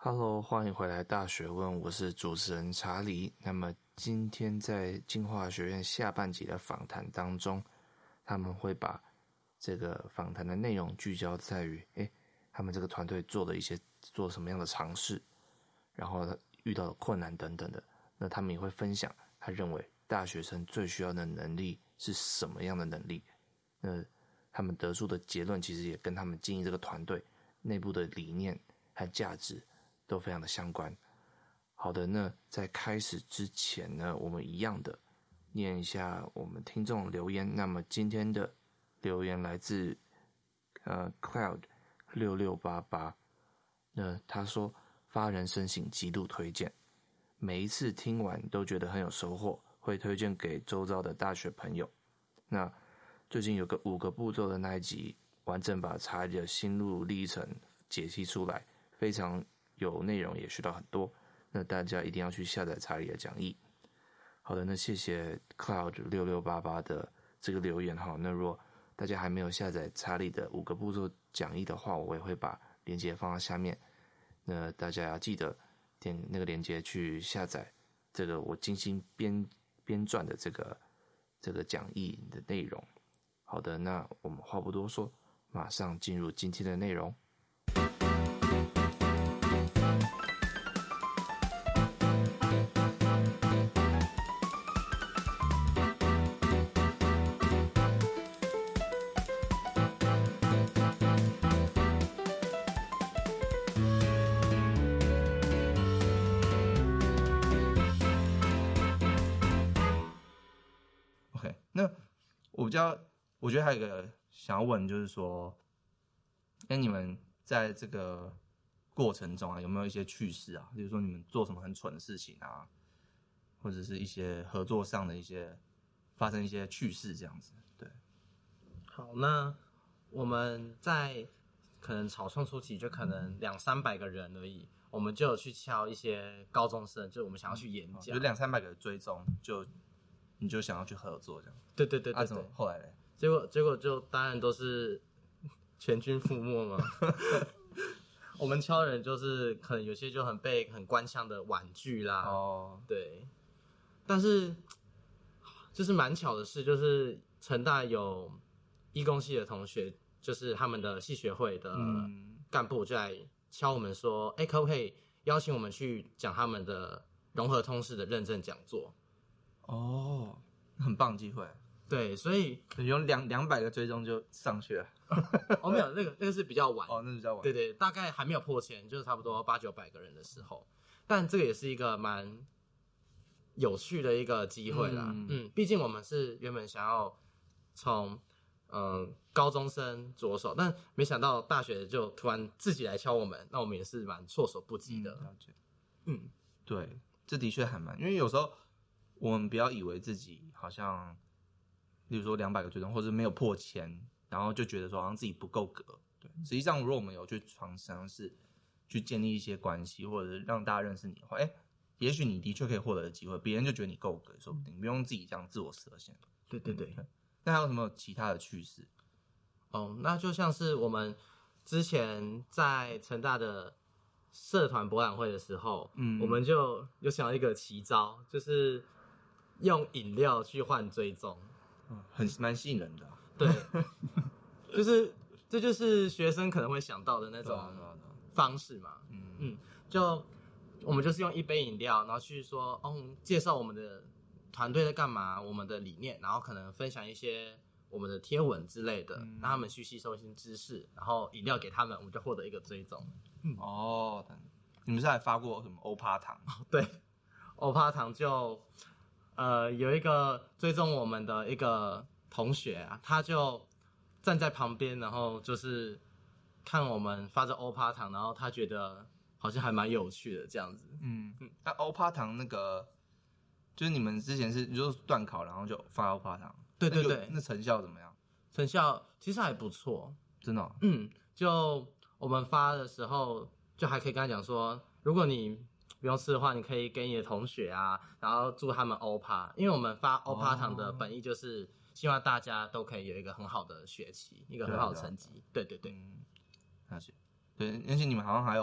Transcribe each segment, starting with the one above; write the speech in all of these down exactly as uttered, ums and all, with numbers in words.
Hello，欢迎回来大学问，我是主持人查理。那么今天在进化学院下半集的访谈当中，他们会把这个访谈的内容聚焦在于，诶，他们这个团队做了一些做什么样的尝试，然后遇到的困难等等的。那他们也会分享他认为大学生最需要的能力是什么样的能力。那他们得出的结论其实也跟他们经营这个团队内部的理念和价值都非常的相关。好的，那在开始之前呢，我们一样的念一下我们听众留言。那么今天的留言来自呃 Cloud 六六八八，那他说发人深省，极度推荐，每一次听完都觉得很有收获，会推荐给周遭的大学朋友。那最近有个五个步骤的那一集，完整把查理的心路历程解析出来，非常有内容，也学到很多。那大家一定要去下载查理的讲义。好的，那谢谢 Cloud 六六八八的这个留言哈。那如果大家还没有下载查理的五个步骤讲义的话，我也会把链接放在下面。那大家要记得点那个链接去下载这个我精心编编撰的这个这个讲义的内容。好的，那我们话不多说，马上进入今天的内容。 OK， 那我比较，我觉得还有一个想要问，就是说，那你们在这个过程中啊，有没有一些趣事啊？比如说你们做什么很蠢的事情啊，或者是一些合作上的一些发生一些趣事这样子？对。 好，那我们在可能草创初期就可能两三百个人而已，我们就有去敲一些高中生，就我们想要去演讲， 有两三百个追踪，就你就想要去合作这样。 对对对对对。 啊，怎么后来嘞？ 结果结果就当然都是全军覆没嘛。我们敲人就是可能有些就很被很官腔的婉拒啦。 哦， 对。但是就是蛮巧的事，就是成大有医工系的同学，就是他们的系学会的干部就来敲我们说，哎、嗯，可不可以邀请我们去讲他们的融合通识的认证讲座？ 哦，很棒的机会。 对，所以你用两两百个追踪就上去了。 哦，没有，那个那个是比较晚。 哦，那是比较晚。 对对，大概还没有破千，就是差不多八九百个人的时候。但这个也是一个蛮有趣的一个机会啦。嗯，嗯毕竟我们是原本想要从嗯、呃、高中生着手，但没想到大学就突然自己来敲我们，那我们也是蛮措手不及的。 嗯、了解。 嗯， 对，这的确还蛮，因为有时候我们不要以为自己好像，例如说两百个追踪，或者没有破千，然后就觉得说好像自己不够格。对，实际上如果我们有去尝试去建立一些关系，或者是让大家认识你的话，哎，也许你的确可以获得的机会，别人就觉得你够格，说不定不用自己这样自我设限。 对对对。 那还有什么其他的趣事？ 哦，那就像是我们之前在成大的社团博览会的时候，嗯，我们就有想到一个奇招，就是用饮料去换追踪， 嗯，很蛮吸引人的。 对，就是这就是学生可能会想到的那种方式嘛。嗯嗯，就我们就是用一杯饮料，然后去说，哦，介绍我们的团队在干嘛，我们的理念，然后可能分享一些我们的贴文之类的，嗯、让他们去吸收一些知识，然后饮料给他们，我们就获得一个追踪。 嗯、哦，你们是还发过什么欧趴糖？ 哦、对，欧趴糖就呃有一个追踪我们的一个同学啊，他就站在旁边，然后就是看我们发这欧趴糖，然后他觉得好像还蛮有趣的这样子。 嗯嗯，那欧趴糖那个。就是你们之前是就是段考，然后就发欧趴糖， 对对对， 那, 那成效怎么样？ 成效其实还不错， 真的、哦。 嗯，就我们发的时候，就还可以跟他讲说，如果你不用吃的话，你可以给你的同学啊，然后祝他们欧趴，因为我们发欧趴糖的本意就是希望大家都可以有一个很好的学期，一个很好的成绩。对对对， 嗯，了解。对，而且你们好像还有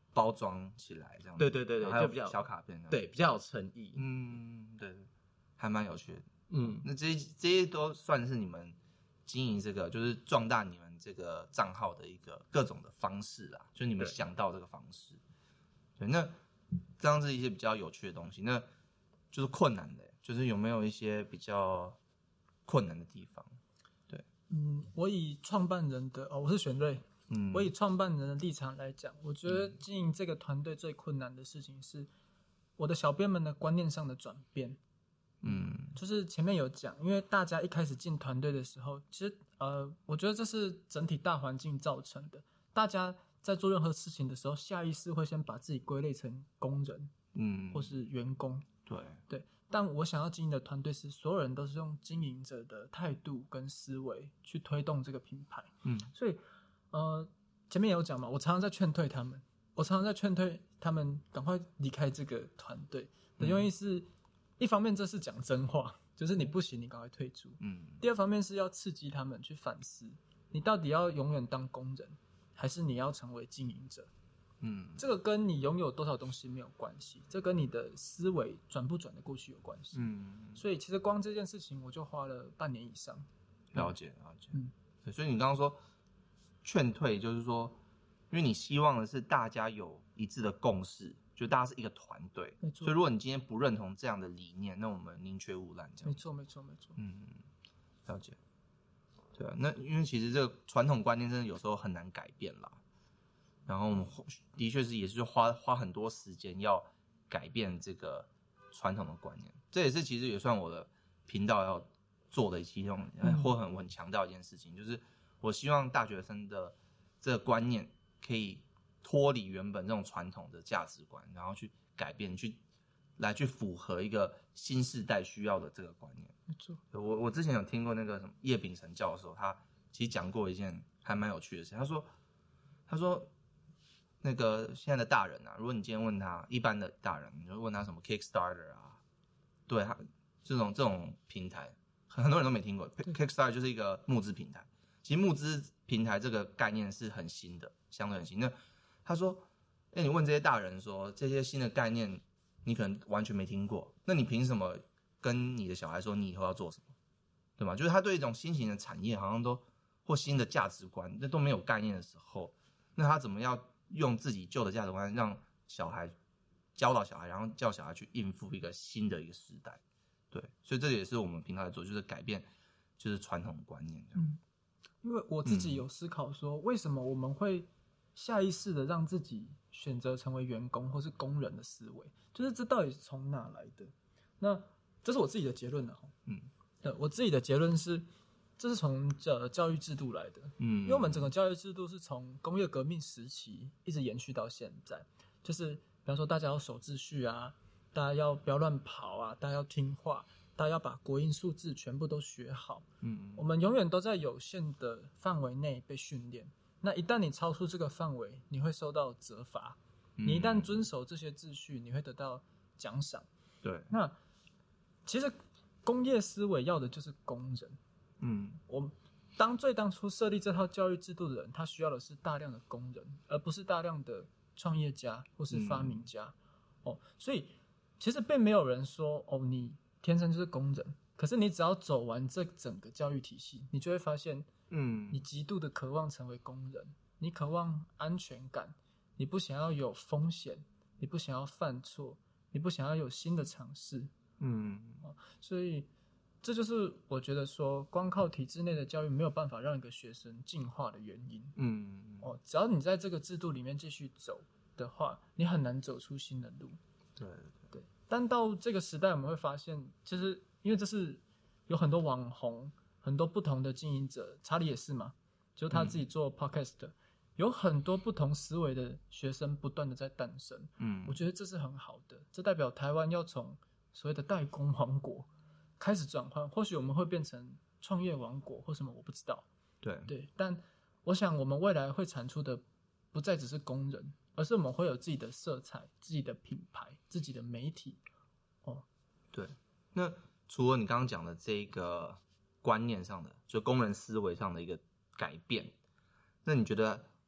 包装起来这样子。 对对对对， 还有就比较小卡片这样。 对，比较有诚意。 嗯，对对，还蛮有趣的。 嗯， 那这些这些都算是你们经营这个，就是壮大你们这个账号的一个各种的方式啦，就是你们想到这个方式。对，那这样是一些比较有趣的东西。那就是困难的，就是有没有一些比较困难的地方？对， 嗯，我以创办人的哦，我是玄瑞， 嗯， 我以创办人的立场来讲，我觉得经营这个团队最困难的事情是我的小编们的观念上的转变。 嗯， 就是前面有讲，因为大家一开始进团队的时候，其实呃，我觉得这是整体大环境造成的。大家在做任何事情的时候，下意识会先把自己归类成工人， 嗯， 或是员工。 对对，但我想要经营的团队是所有人都是用经营者的态度跟思维去推动这个品牌。 嗯， 所以呃，前面有讲嘛，我常常在劝退他们，我常常在劝退他们赶快离开这个团队的用意是，嗯、一方面这是讲真话，就是你不行，你赶快退出。 嗯， 第二方面是要刺激他们去反思，你到底要永远当工人，还是你要成为经营者？ 嗯， 这个跟你拥有多少东西没有关系，这跟你的思维转不转得过去有关系。 嗯， 所以其实光这件事情我就花了半年以上。 了解了解。 嗯， 对，所以你刚刚说劝退，就是说，因为你希望的是大家有一致的共识，就大家是一个团队。 没错。 所以如果你今天不认同这样的理念，那我们宁缺毋滥这样。 没错没错没错。 嗯，了解。对啊，那因为其实这个传统观念真的有时候很难改变啦。然后我们的确是也是花花很多时间要改变这个传统的观念，这也是其实也算我的频道要做的其中，或很我很强调一件事情，就是我希望大学生的这个观念可以脱离原本这种传统的价值观，然后去改变，去来去符合一个新世代需要的这个观念。 没错， 我我之前有听过那个什么叶秉成教授，他其实讲过一件还蛮有趣的事，他说他说。那个现在的大人啊，如果你今天问他一般的大人，你就问他什么 Kickstarter 啊，对，他这种这种平台，很多人都没听过。Kickstarter 就是一个募资平台，其实募资平台这个概念是很新的，相对很新。那他说，哎，你问这些大人说这些新的概念，你可能完全没听过，那你凭什么跟你的小孩说你以后要做什么，对吗？就是他对一种新型的产业好像都或新的价值观，那都没有概念的时候，那他怎么要用自己旧的价值观让小孩教导小孩，然后叫小孩去应付一个新的一个时代？对，所以这也是我们平台做，就是改变就是传统的观念这样。 嗯，因为我自己有思考说，为什么我们会下意识的让自己选择成为员工或是工人的思维，就是这到底是从哪来的？那这是我自己的结论了。嗯，对，我自己的结论是，这是从教教育制度来的。嗯，因为我们整个教育制度是从工业革命时期一直延续到现在，就是比方说大家要守秩序啊，大家要不要乱跑啊，大家要听话，大家要把国英数字全部都学好。嗯，我们永远都在有限的范围内被训练。那一旦你超出这个范围，你会受到责罚。你一旦遵守这些秩序，你会得到奖赏。 对， 那其实工业思维要的就是工人。嗯，我当最当初设立这套教育制度的人，他需要的是大量的工人，而不是大量的创业家或是发明家。嗯、哦，所以其实并没有人说哦，你天生就是工人。可是你只要走完这整个教育体系，你就会发现，嗯，你极度的渴望成为工人，你渴望安全感，你不想要有风险，你不想要犯错，你不想要有新的尝试。嗯、哦，所以。这就是我觉得说，光靠体制内的教育没有办法让一个学生进化的原因。嗯，哦，只要你在这个制度里面继续走的话，你很难走出新的路。 对对。但到这个时代，我们会发现，其实因为这是有很多网红，很多不同的经营者，查理也是嘛，就是他自己做 podcast，、嗯、有很多不同思维的学生不断的在诞生。嗯，我觉得这是很好的，这代表台湾要从所谓的代工王国开始转换，或许我们会变成创业王国或什么，我不知道。 对对，但我想我们未来会产出的不再只是工人，而是我们会有自己的色彩、自己的品牌、自己的媒体。哦， 对。那除了你刚刚讲的这个观念上的，就工人思维上的一个改变，那你觉得，哎，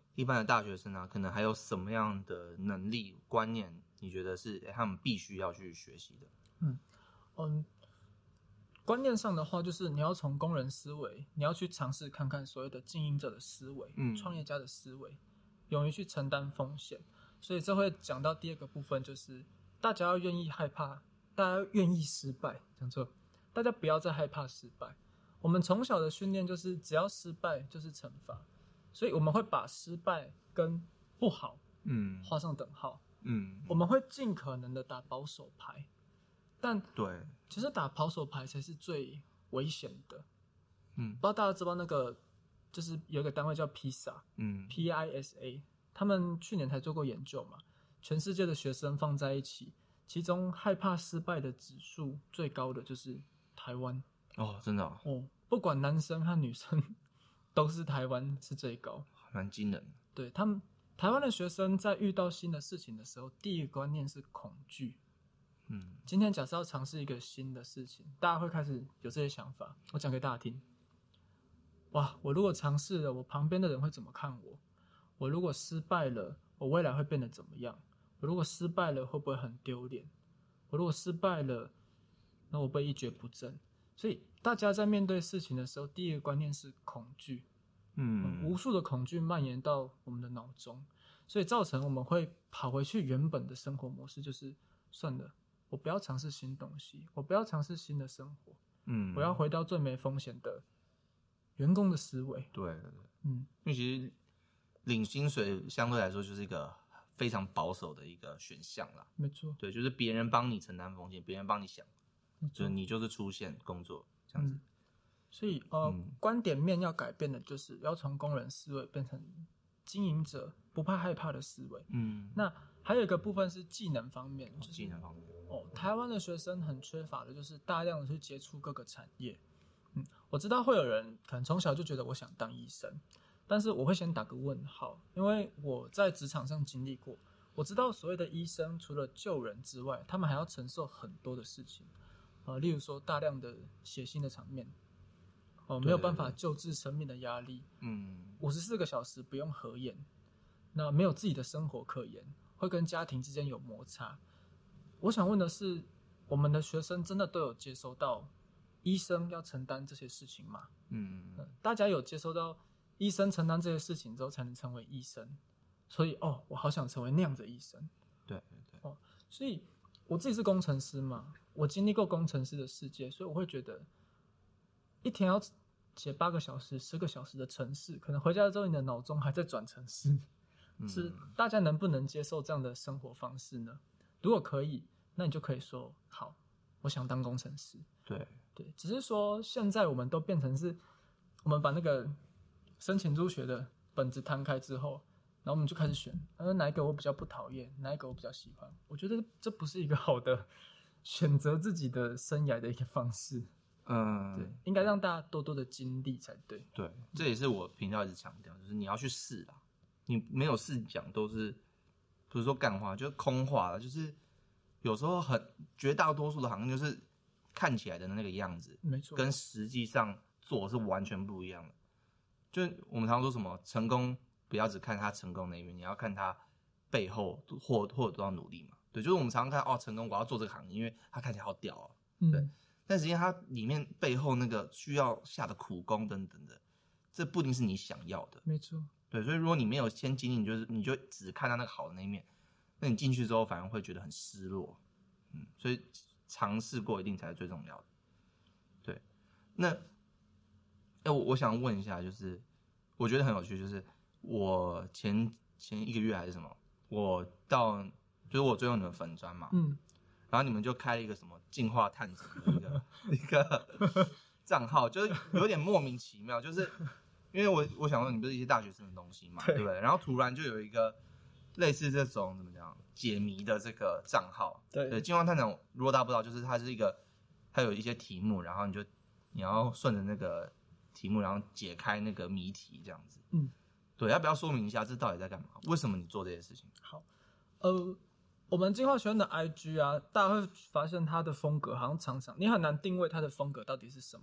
一般的大学生啊，可能还有什么样的能力观念，你觉得是他们必须要去学习的？ 嗯嗯，观念上的话，就是你要从工人思维，你要去尝试看看所谓的经营者的思维，嗯，创业家的思维，勇于去承担风险。所以这会讲到第二个部分，就是大家要愿意害怕，大家要愿意失败，讲错，大家不要再害怕失败。我们从小的训练就是，只要失败就是惩罚，所以我们会把失败跟不好，嗯，画上等号，嗯，我们会尽可能的打保守牌，但对， 其实打保守牌才是最危险的，嗯，不知道大家知道那个，就是有一个单位叫 P I S A， 嗯 ，P I S A， 他们去年才做过研究嘛，全世界的学生放在一起，其中害怕失败的指数最高的就是台湾。 哦，真的 哦, 哦，不管男生和女生，都是台湾是最高， 蛮惊人的。 对他们，台湾的学生在遇到新的事情的时候，第一个观念是恐惧。嗯，今天假设要尝试一个新的事情，大家会开始有这些想法。我讲给大家听。哇，我如果尝试了，我旁边的人会怎么看我？我如果失败了，我未来会变得怎么样？我如果失败了，会不会很丢脸？我如果失败了，那我被一蹶不振。所以大家在面对事情的时候，第一个观念是恐惧，嗯，无数的恐惧蔓延到我们的脑中，所以造成我们会跑回去原本的生活模式，就是算了，我不要尝试新东西，我不要尝试新的生活，嗯，我要回到最没风险的员工的思维。 对对对，嗯，因为其实领薪水相对来说就是一个非常保守的一个选项啦， 没错， 对，就是别人帮你承担风险，别人帮你想。就是你就是出现工作这样子，嗯、 所以呃、嗯，观点面要改变的，就是要从工人思维变成经营者不怕害怕的思维。嗯，那还有一个部分是技能方面，就是、 技能方面哦，台湾的学生很缺乏的就是大量的去接触各个产业。嗯，我知道会有人可能从小就觉得我想当医生，但是我会先打个问号，因为我在职场上经历过，我知道所谓的医生除了救人之外，他们还要承受很多的事情。呃，例如说大量的血腥的场面，哦、呃，没有办法救治生命的压力，嗯，五十四个小时不用合眼，那没有自己的生活可言，会跟家庭之间有摩擦。我想问的是，我们的学生真的都有接收到医生要承担这些事情吗？嗯、呃，大家有接收到医生承担这些事情之后才能成为医生，所以哦，我好想成为那样的医生。 对对对， 哦，所以我自己是工程师嘛。我经历过工程师的世界，所以我会觉得一天要写八个小时、十个小时的程式，可能回家之后你的脑中还在转程式，嗯、是大家能不能接受这样的生活方式呢？如果可以，那你就可以说好，我想当工程师。 对对，只是说现在我们都变成是，我们把那个申请入学的本子摊开之后，然后我们就开始选，呃，哪一个我比较不讨厌，哪一个我比较喜欢？我觉得这不是一个好的选择自己的生涯的一个方式，嗯，对，应该让大家多多的经历才对。 对，这也是我频道一直强调，就是你要去试啦，你没有试讲都是不是说干话，就是空话了，就是有时候很绝大多数的行业就是看起来的那个样子， 没错， 跟实际上做是完全不一样的。就我们常常说什么成功，不要只看他成功那一面，你要看他背后或或有多少努力嘛。对，就是我们常常看哦，成功我要做这个行业，因为他看起来好屌啊，嗯、对。但实际上它里面背后那个需要下的苦功等等的，这不一定是你想要的。 没错， 对，所以如果你没有先经历，你就是你就只看到那个好的那一面，那你进去之后反而会觉得很失落。嗯，所以尝试过一定才是最重要的。对，那哎，我我想问一下，就是我觉得很有趣，就是我前前一个月还是什么，我到就是我追踪你们粉专嘛，嗯。然后你们就开了一个什么进化探险的一个一个账号，就是有点莫名其妙，就是因为我我想说你不是一些大学生的东西嘛， 对, 对不对？然后突然就有一个类似这种怎么讲解谜的这个账号，对，对进化探险如果大家不知道，就是它是一个它有一些题目，然后你就你要顺着那个题目，然后解开那个谜题这样子。嗯，对，要不要说明一下这到底在干嘛？为什么你做这些事情？ 好，呃。我们进化学院的 I G 啊，大家会发现它的风格好像常常你很难定位它的风格到底是什么。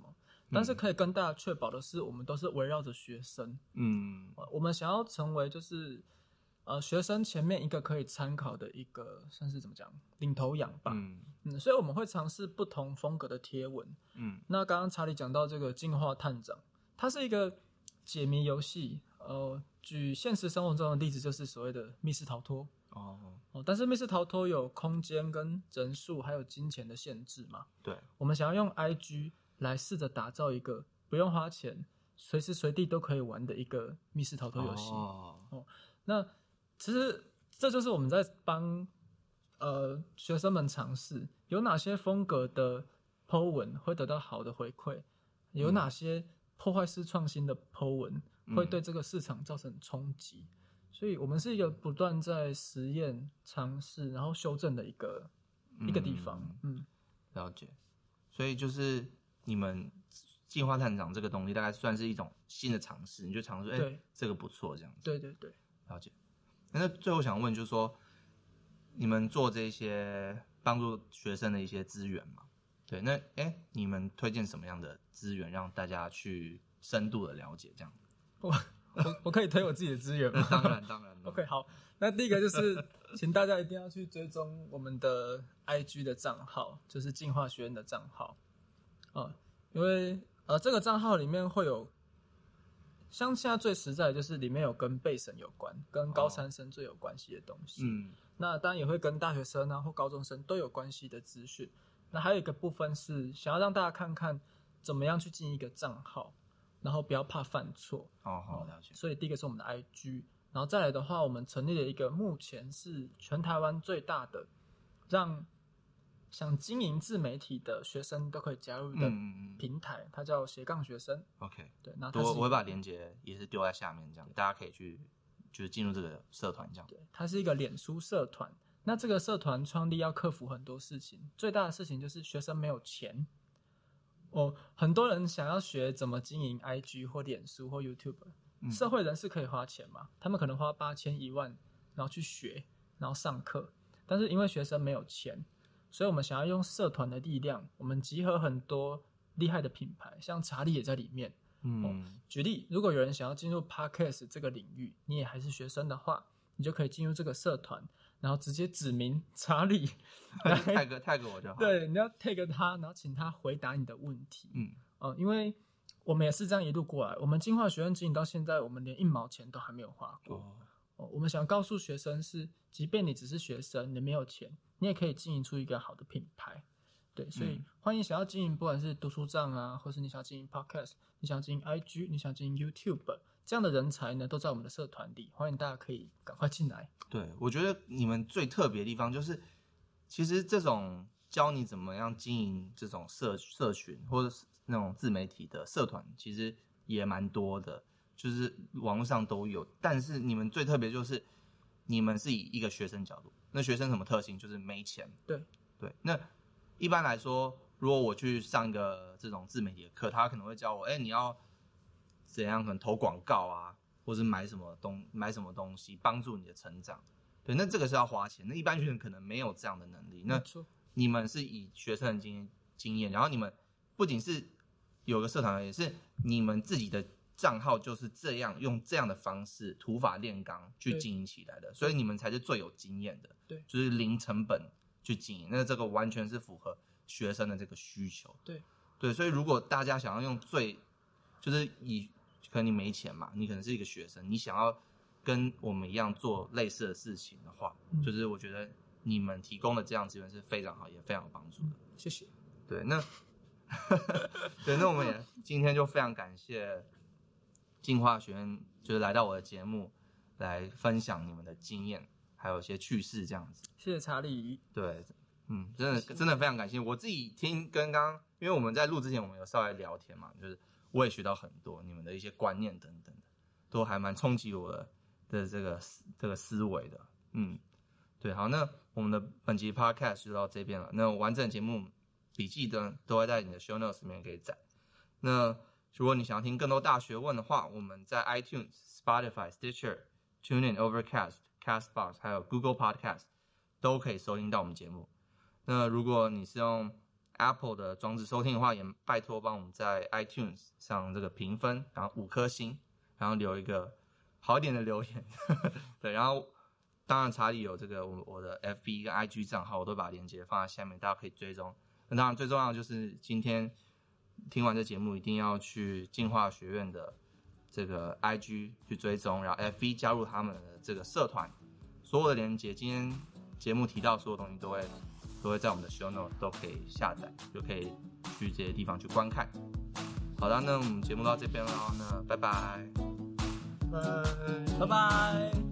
但是可以跟大家确保的是，我们都是围绕着学生。嗯，我们想要成为就是呃学生前面一个可以参考的一个算是怎么讲领头羊吧。嗯嗯，所以我们会尝试不同风格的贴文。嗯，那刚刚查理讲到这个进化探长，它是一个解谜游戏。呃，举现实生活中的例子就是所谓的密室逃脱。哦哦，但是密室逃脱有空间跟人数还有金钱的限制嘛？ 对， 我们想要用 I G 来试着打造一个不用花钱、随时随地都可以玩的一个密室逃脱游戏。哦, 哦，那其实这就是我们在帮呃学生们尝试有哪些风格的 po 文会得到好的回馈，有哪些破坏式创新的 po 文会对这个市场造成冲击。嗯，所以我们是一个不断在实验、尝试，然后修正的一个、嗯、一个地方。嗯， 了解。所以就是你们进化探长这个东西，大概算是一种新的尝试，你就尝试，哎、欸，这个不错，这样子。 对对对， 了解。那最后想问，就是说，你们做这些帮助学生的一些资源嘛？对，那哎、欸，你们推荐什么样的资源让大家去深度的了解这样？ 我我我可以推我自己的资源吗？ 当然当然。 OK， 好，那第一个就是请大家一定要去追踪我们的 I G 的账号，就是进化学院的账号啊，因为呃这个账号里面会有，像现在最实在的就是里面有跟备审有关，跟高三生最有关系的东西。嗯，那当然也会跟大学生啊或高中生都有关系的资讯。那还有一个部分是想要让大家看看怎么样去进一个账号，然后不要怕犯错。 哦，好，了解。 所以第一个是我们的 I G， 然后再来的话，我们成立了一个目前是全台湾最大的，让想经营自媒体的学生都可以加入的平台，嗯嗯嗯，它叫斜杠学生。 OK， 对，那它是我我会把链接也是丢在下面，这样大家可以去就是进入这个社团，这样。 对，它是一个脸书社团。那这个社团创立要克服很多事情，最大的事情就是学生没有钱。哦，很多人想要学怎么经营 I G 或脸书或 YouTube，嗯，社会人士可以花钱嘛？他们可能花八千一万，然后去学，然后上课。但是因为学生没有钱，所以我们想要用社团的力量，我们集合很多厉害的品牌，像查理也在里面。嗯，哦，举例，如果有人想要进入 Podcast 这个领域，你也还是学生的话，你就可以进入这个社团。然后直接指明查理 ，tag tag 我就好。 对，你要 tag 他，然后请他回答你的问题。嗯，呃，因为我们也是这样一路过来，我们进化学院经营到现在，我们连一毛钱都还没有花过。哦，哦，我们想告诉学生是，即便你只是学生，你没有钱，你也可以经营出一个好的品牌。对，所以欢迎想要经营，不管是读书账啊，或是你想要经营 podcast， 你想要经营 I G， 你想要经营 YouTube。这样的人才呢，都在我们的社团里，欢迎大家可以赶快进来。 对，我觉得你们最特别的地方就是，其实这种教你怎么样经营这种社社群或者是那种自媒体的社团，其实也蛮多的，就是网络上都有。但是你们最特别就是，你们是以一个学生角度，那学生什么特性？就是没钱。 对对，那一般来说，如果我去上一个这种自媒体的课，他可能会教我，哎，你要怎样可能投广告啊，或是买什么东买什么东西帮助你的成长。对，那这个是要花钱，那一般学生可能没有这样的能力。那你们是以学生的经验经验，然后你们不仅是有个社团，也是你们自己的账号就是这样用这样的方式土法炼钢去经营起来的，所以你们才是最有经验的。 对， 就是零成本去经营，那这个完全是符合学生的这个需求。 对对，所以如果大家想要用最就是以可能你没钱嘛，你可能是一个学生，你想要跟我们一样做类似的事情的话，嗯、就是我觉得你们提供的这样资源是非常好，也非常有帮助的。 嗯、谢谢。 对，那对，那我们也今天就非常感谢进化学院，就是来到我的节目来分享你们的经验，还有一些趣事这样子。 谢谢查理。 对，嗯，真的真的非常感谢。我自己听跟刚刚，因为我们在录之前我们有稍微聊天嘛，就是我也学到很多你们的一些观念等等的，都还蛮冲击我的的这个这个思维的。嗯，对，好，那我们的本集 podcast 就到这边了。那完整节目笔记的都会在你的 show notes 里面可以载。那如果你想要听更多大学问的话，我们在 iTunes、Spotify、Stitcher、TuneIn、Overcast、Castbox 还有 Google Podcast 都可以收听到我们节目。那如果你是用 Apple 的装置收听的话，也拜托帮我们在 iTunes 上这个评分，然后五颗星，然后留一个好一点的留言。对，然后当然查理有这个我我的 F B 跟 I G 账号，我都把链接放在下面，大家可以追踪。那当然最重要的就是今天听完这节目，一定要去进化学院的这个 I G 去追踪，然后 F B 加入他们的这个社团，所有的连接，今天节目提到所有东西都会都会在我们的 show note 都可以下载，就可以去这些地方去观看。好的，那我们节目到这边了，那拜拜， 拜拜拜。